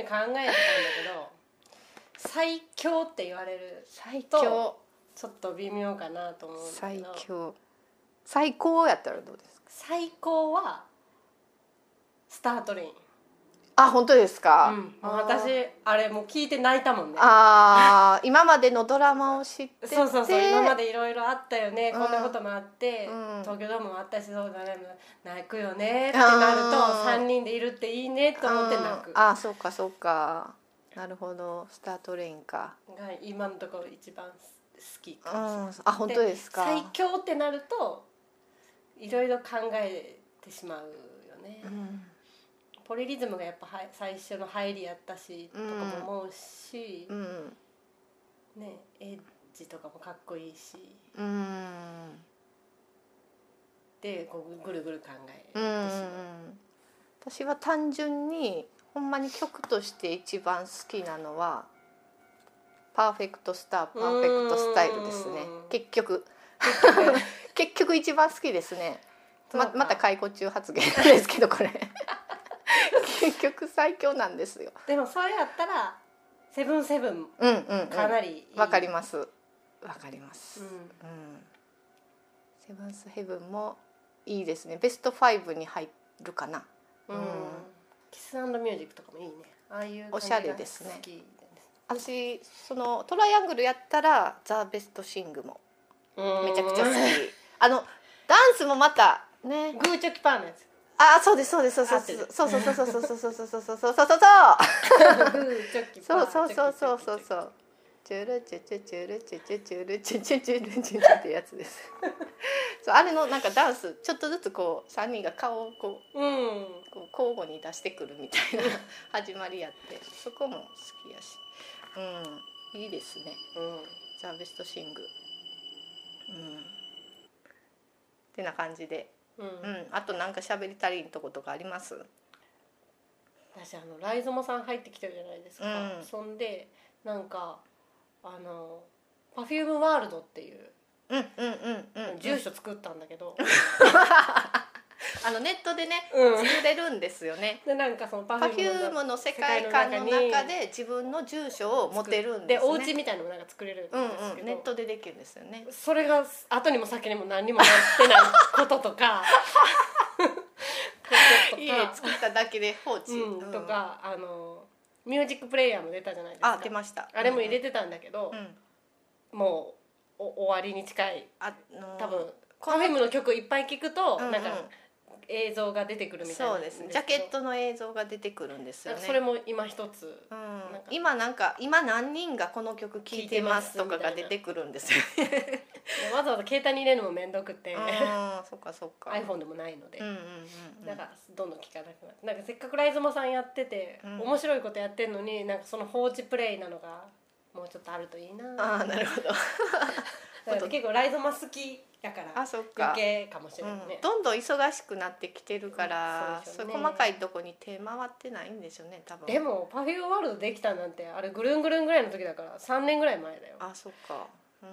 考えてたんだけど最強って言われる最と強ちょっと微妙かなと思うんだけ最ど、 強最高やったらどうですか？ 最高はスタートレイン。 あ、本当ですか？ もう私あれもう聞いて泣いたもんね。 今までのドラマを知ってて、 そう今までいろいろあったよね、こんなこともあって、 うん東京ドームもあったし、そうだね、泣くよねってなると3人でいるっていいねと思って泣く。 そうかそうか、なるほど、スタートレインかが今のところ一番好きかもしれない。 本当ですか？ 最強ってなるといろいろ考えてしまうよね、ポリリズムがやっぱ最初の入りやったしとかも思うし、ね、エッジとかもかっこいいし、でこうぐるぐる考えてしまう。 私は単純にほんまに曲として一番好きなのはパーフェクトスターパーフェクトスタイルですね。結局一番好きですね。また解雇中発言ですけどこれ結局最強なんですよ。 でもそれやったらセブンセブンかなりいい。 わかります、セブンスヘブンもいいですね。ベスト5に入るかな。 キス&ミュージックとかもいいね。ああいうおしゃれですね。私そのトライアングルやったらザ・ベストシングもめちゃくちゃ好き。ダンスもまたね、 グーチョキパーのやつ。 そうですグーチョキチュルチュチュチュルチュチュチュルチュチュチュルチュチュってやつですあれのなんかダンスちょっとずつこう3人が顔をこう交互に出してくるみたいな始まりやって、そこも好きやし、いいですね、ザ・ベストシング、ってな感じで、あとなんか喋り足りんとことかあります？ 私ライゾマさん入ってきてるじゃないですか、そんでなんかPerfumeワールドっていう住所作ったんだけどネットでね、作れるんですよね。 でなんかその Perfumeの世界観の中で自分の住所を持てるんですね。 でお家みたいなのもなんか作れるんですけど、 ネットでできるんですよね。 それが後にも先にも何にもなってないこととか家作っただけで放置、 とかミュージックプレイヤーも出たじゃないですか。 出ました。 あれも入れてたんだけど、もう終わりに近い。多分Perfumeの曲いっぱい聴くと、なんか映像が出てくるみたいな。 そうですね、ジャケットの映像が出てくるんですよね。 それも今一つ、 今何人がこの曲聴いてますとかが出てくるんですよねわざわざ携帯に入れるのも面倒くってそっか iPhone でもないので、だからどんどん聴かなくなって、なんかせっかくライゾマさんやってて、面白いことやってんのに、なんかその放置プレイなのがもうちょっとあるといいな。 なるほどだから結構ライゾマ好きだから余計かもしれないね、 どんどん忙しくなってきてるから、そう細かいとこに手回ってないんでしょうね多分。 でもPerfumeワールドできたなんてあれぐるんぐるんぐらいの時だから3年ぐらい前だよ。 そっか、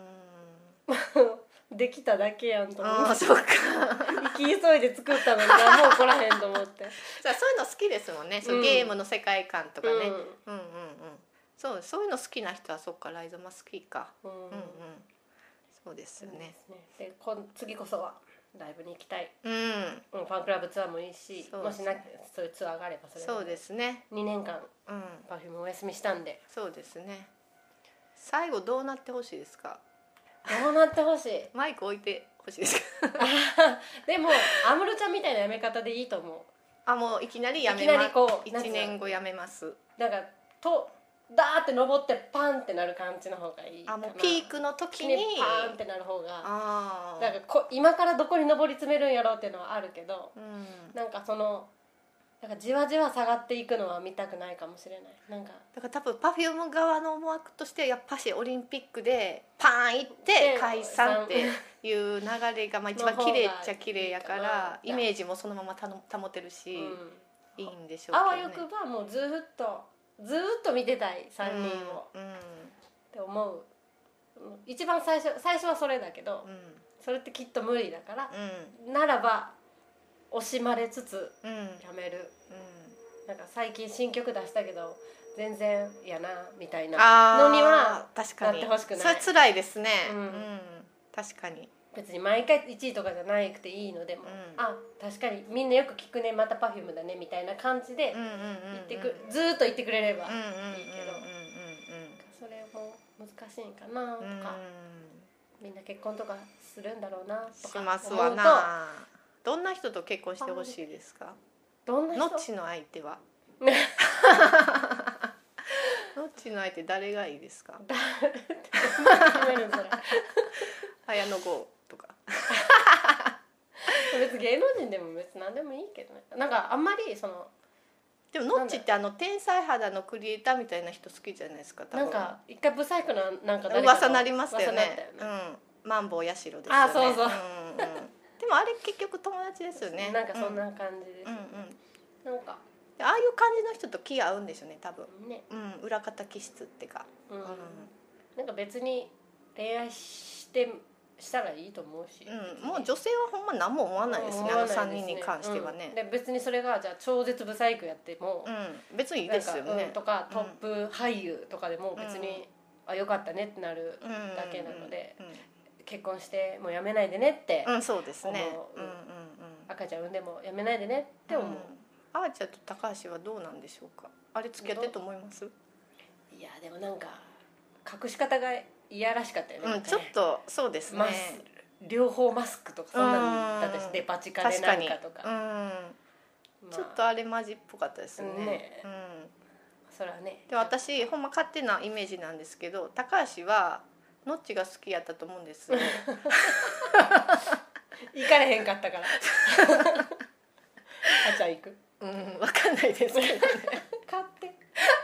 できただけやんと思って。 そっか生き急いで作ったのにもう来らへんと思ってそういうの好きですもんね、ゲームの世界観とかね、そういうの好きな人はそっか、ライゾマ好きか、そうですよね。 で次こそはライブに行きたい、ファンクラブツアーもいいし、もしそういうツアーがあればそれそうですね。 2年間Perfumeお休みしたんで。 そうですね。最後どうなってほしいですか？ どうなってほしい？ マイク置いてほしいですか？ でも安室ちゃんみたいなやめ方でいいと思う。 もういきなりやめます。1年後やめます。 だからダーって登ってパンってなる感じの方がいいかな。 もうピークの時にパンってなる方が、だから今からどこに登り詰めるんやろうっていうのはあるけど、なんかなんかじわじわ下がっていくのは見たくないかもしれない。なんかだから多分Perfume側の思惑としてはやっぱしオリンピックでパーンいって解散っていう流れが一番綺麗っちゃ綺麗やから、イメージもそのまま保てるし、いいんでしょうけどね。 あわよくばもうずっと見てたい3人を、って思う。一番最初はそれだけど、それってきっと無理だから、ならば惜しまれつつやめる、 なんか最近新曲出したけど全然やなみたいなのには確かになってほしくない。 それ辛いですね、確かに別に毎回1位とかじゃなくていいのでも、あ、確かにみんなよく聞くね、また Perfume だねみたいな感じで言ってずーっと言ってくれればいいけど、それも難しいんかなとか、みんな結婚とかするんだろうなとか思うと、しますわな。 どんな人と結婚してほしいですか？ どんな人？ ノッチの相手はノッチの相手誰がいいですか？綾野剛とか別に芸能人でも別に何でもいいけどね。なんかあんまりそのでもノッチって天才肌のクリエイターみたいな人好きじゃないですか。 なんか一回ブサイクななんか誰か噂なりましたよね。マンボウヤシロですよね。 あ、そうそう。 でもあれ結局友達ですよね。 なんかそんな感じです。なんかああいう感じの人と気合うんでしょうね、多分ね。裏方気質ってか、 なんか別に恋愛したらいいと思うし、 もう女性はほんま何も思わないですね、あの3人に関してはね。 で別にそれがじゃあ超絶ブサイクやっても別にいいですよね。 とかトップ俳優とかでも別にあ、よかったねってなるだけなので、結婚してもうやめないでねって思う。 そうですね。 赤ちゃん産んでもやめないでねって思う。 あーちゃんと高橋はどうなんでしょうか。あれ付き合ってると思います？ いやでもなんか隠し方がいやらしかったよね。 ちょっとそうですね。 両方マスクとかそんなんだったし、デパ地下でなんかとか、 ちょっとあれマジっぽかったですね。 それはね。 で私ほんま勝手なイメージなんですけど、高橋はノッチが好きやったと思うんですよ。 行かれへんかったからあちゃん行く？ 分かんないですけどね買って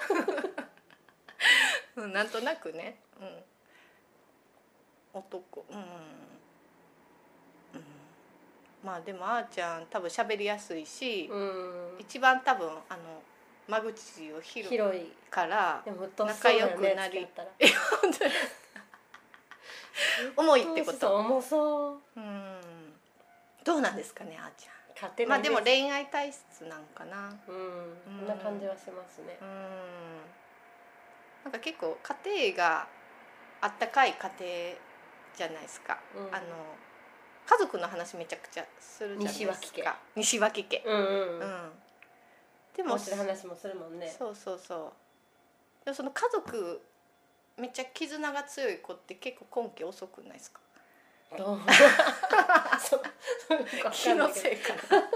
なんとなくね、男、まあでもあーちゃん多分喋りやすいし、一番多分間口を広いから仲良くなり重いってこと。 重そう。 どうなんですかね、あーちゃん。まあでも恋愛体質なんかな。 そんな感じはしますね。 なんか結構家庭があったかい家庭じゃないですか。家族の話めちゃくちゃするじゃないですか。西脇家。 でも話もするもんね。 そうそうそう。でもその家族めっちゃ絆が強い子って結構根気遅くないですか？ どう気のせいか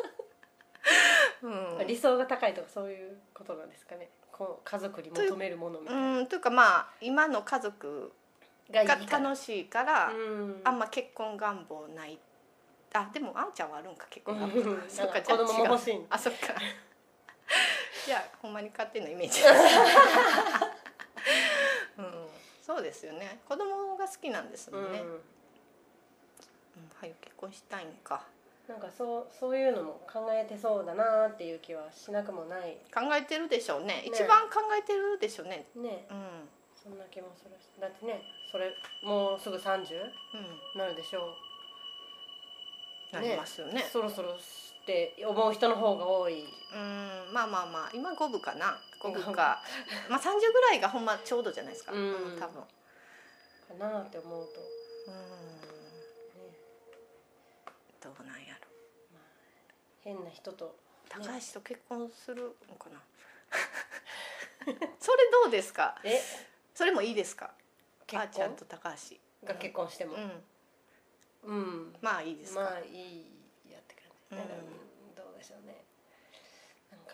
な。理想が高いとかそういうことなんですかね。家族に求めるものみたいな。 というかまあ今の家族が楽しいからあんま結婚願望ない。あ、でもあんちゃんはあるんか、結婚願望。 そっか、子供も欲しい。 あ、そっか。いやほんまに勝手なイメージ。そうですよね。子供が好きなんですもんね。はい、結婚したいんか。 なんかそういうのも考えてそうだなっていう気はしなくもない。 考えてるでしょうね。一番考えてるでしょうね。 ね、そんな気もするし、だってね、それもうすぐ30なるでしょう。 なりますよね。 そろそろって思う人の方が多い。 まあまあまあ、今5分かな、5分か。まあ30ぐらいがほんまちょうどじゃないですか。多分。かなって思うと。 どうなんやろ。 変な人と高橋と結婚するのかな。それどうですか。それもいいですか。あーちゃんと高橋が結婚しても。 まあいいですか。 まあいいやって感じ。どうでしょうね。なんか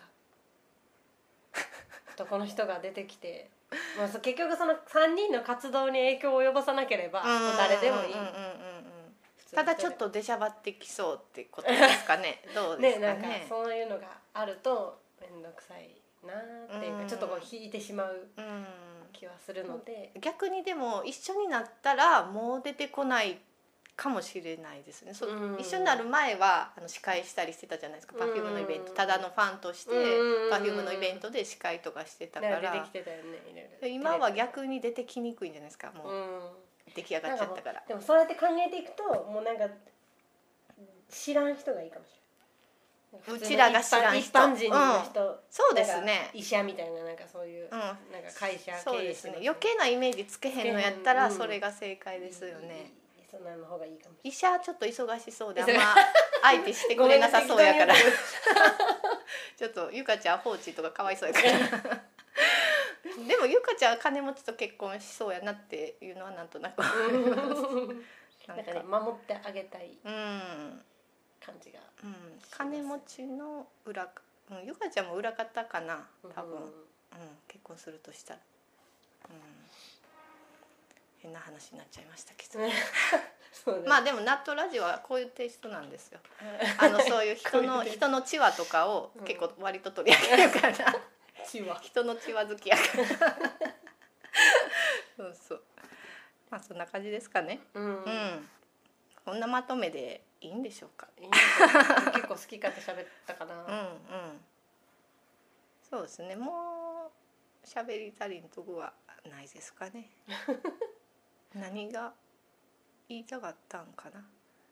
男の人が出てきて、まあ結局その3人の活動に影響を及ぼさなければ誰でもいい。 ただちょっと出しゃばってきそうってことですかね。どうですかね。 なんかそういうのがあると面倒くさいなっていうか、ちょっとこう引いてしまう気はするので。 逆にでも一緒になったらもう出てこないかもしれないですね。一緒になる前は司会したりしてたじゃないですか。Perfumeのイベント、ただのファンとしてPerfumeのイベントで司会とかしてたから。 出てきてたよね。 今は逆に出てきにくいんじゃないですか。もう出来上がっちゃったから。 でもそうやって考えていくともうなんか知らん人がいいかもしうちらが知らん人、 一般人の人、 そうですね、 医者みたいななんかそういう、なんか会社経営そうですね、余計なイメージつけへんのやったらそれが正解ですよね。 そんなの方がいいかもしれない。 医者はちょっと忙しそうであんま相手してくれなさそうやからちょっとゆかちゃん放置とかかわいそうやからでもゆかちゃんは金持ちと結婚しそうやなっていうのはなんとなくなんかね、守ってあげたい感じが、 金持ちの裏、ゆかちゃんも裏方かな多分、結婚するとしたら、変な話になっちゃいましたけどまあでもナットラジオはこういうテイストなんですよそういう人の血話とかを結構割と取り上げるから人の血話好きやからそうまあそんな感じですかね。こんなまとめでいいんでしょうか。 結構好き勝手喋ったかな。 そうですね、もう喋り足りんとこはないですかね何が言いたかったんかな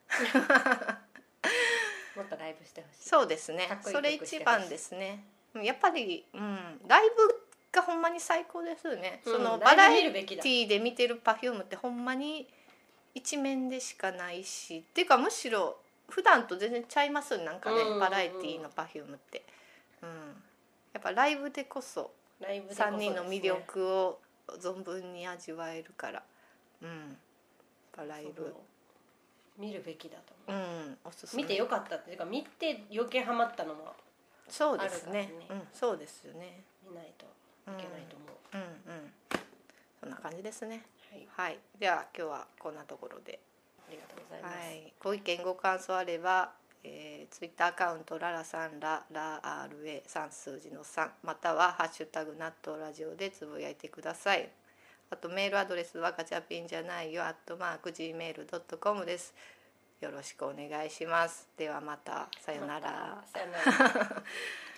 もっとライブしてほしい。 そうですね、それ一番ですね。やっぱり、ライブがほんまに最高ですよね。そのバラエティーで見てる Perfume ってほんまに一面でしかないし、っていうかむしろ普段と全然ちゃいますよ、なんかね、バラエティーの Perfume って、やっぱライブでこそ3人の魅力を存分に味わえるから、ライブ見るべきだと思う。 おすすめ。 見てよかったっていうか、見て余計ハマったのもそうですね。そうですよね。 見ないといけないと思う。 そんな感じですね。はい。では今日はこんなところで。 ありがとうございます。 ご意見ご感想あれば、ツイッターアカウントララさんラRA 3数字の3、またはハッシュタグナットラジオでつぶやいてください。あとメールアドレスはガチャピンじゃないよ@gmail.com です。よろしくお願いします。ではまた、さよなら。 さよなら。